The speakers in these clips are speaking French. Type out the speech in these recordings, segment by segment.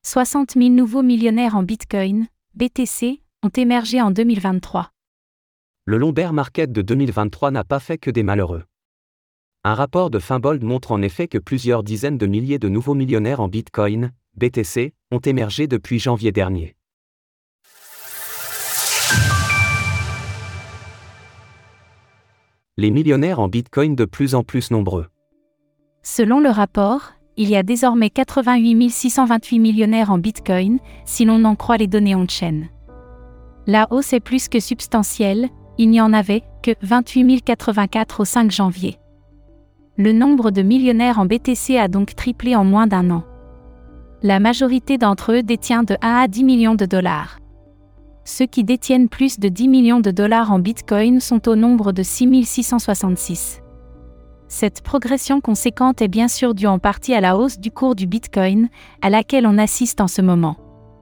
60 000 nouveaux millionnaires en Bitcoin, BTC, ont émergé en 2023. Le long bear market de 2023 n'a pas fait que des malheureux. Un rapport de Finbold montre en effet que plusieurs dizaines de milliers de nouveaux millionnaires en Bitcoin, BTC, ont émergé depuis janvier dernier. Les millionnaires en Bitcoin de plus en plus nombreux. Selon le rapport, il y a désormais 88 628 millionnaires en Bitcoin, si l'on en croit les données on-chain. La hausse est plus que substantielle, il n'y en avait que 28 084 au 5 janvier. Le nombre de millionnaires en BTC a donc triplé en moins d'un an. La majorité d'entre eux détient de 1 à 10 millions de dollars. Ceux qui détiennent plus de 10 millions de dollars en Bitcoin sont au nombre de 6 666. Cette progression conséquente est bien sûr due en partie à la hausse du cours du Bitcoin, à laquelle on assiste en ce moment.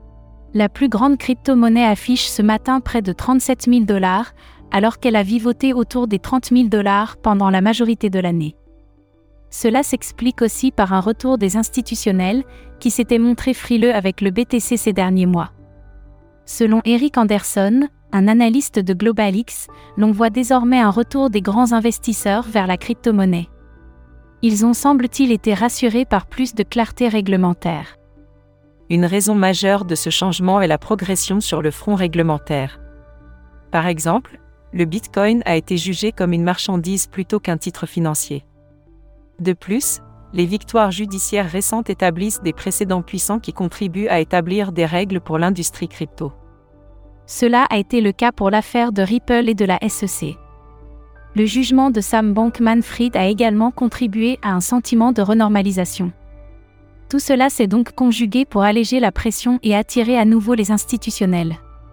La plus grande crypto-monnaie affiche ce matin près de 37 000 dollars, alors qu'elle a vivoté autour des 30 000 dollars pendant la majorité de l'année. Cela s'explique aussi par un retour des institutionnels, qui s'étaient montrés frileux avec le BTC ces derniers mois. Selon Eric Anderson, un analyste de GlobalX, l'on voit désormais un retour des grands investisseurs vers la crypto-monnaie. Ils ont semble-t-il été rassurés par plus de clarté réglementaire. Une raison majeure de ce changement est la progression sur le front réglementaire. Par exemple, le Bitcoin a été jugé comme une marchandise plutôt qu'un titre financier. De plus, les victoires judiciaires récentes établissent des précédents puissants qui contribuent à établir des règles pour l'industrie crypto. Cela a été le cas pour l'affaire de Ripple et de la SEC. Le jugement de Sam Bankman-Fried a également contribué à un sentiment de renormalisation. Tout cela s'est donc conjugué pour alléger la pression et attirer à nouveau les institutionnels.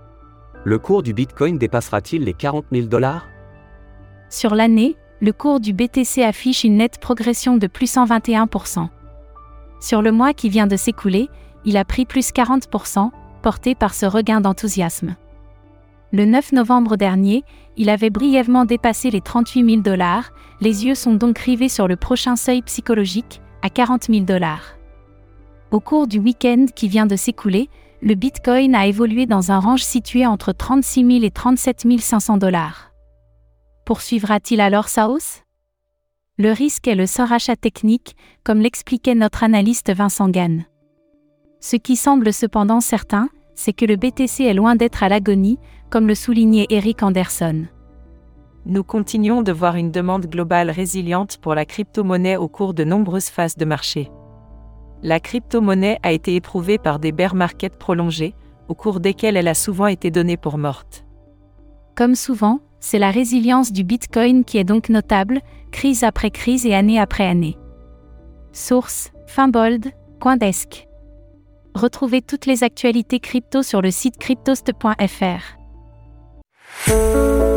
Le cours du Bitcoin dépassera-t-il les 40 000 dollars ? Sur l'année, le cours du BTC affiche une nette progression de plus 121%. Sur le mois qui vient de s'écouler, il a pris plus 40%, porté par ce regain d'enthousiasme. Le 9 novembre dernier, il avait brièvement dépassé les 38 000 dollars, les yeux sont donc rivés sur le prochain seuil psychologique, à 40 000 dollars. Au cours du week-end qui vient de s'écouler, le Bitcoin a évolué dans un range situé entre 36 000 et 37 500 dollars. Poursuivra-t-il alors sa hausse ? Le risque est le surachat technique, comme l'expliquait notre analyste Vincent Gann. Ce qui semble cependant certain, c'est que le BTC est loin d'être à l'agonie, comme le soulignait Eric Anderson. Nous continuons de voir une demande globale résiliente pour la crypto-monnaie au cours de nombreuses phases de marché. La crypto-monnaie a été éprouvée par des bear markets prolongés, au cours desquels elle a souvent été donnée pour morte. Comme souvent, c'est la résilience du Bitcoin qui est donc notable, crise après crise et année après année. Source, Finbold, Coindesk. Retrouvez toutes les actualités crypto sur le site cryptost.fr.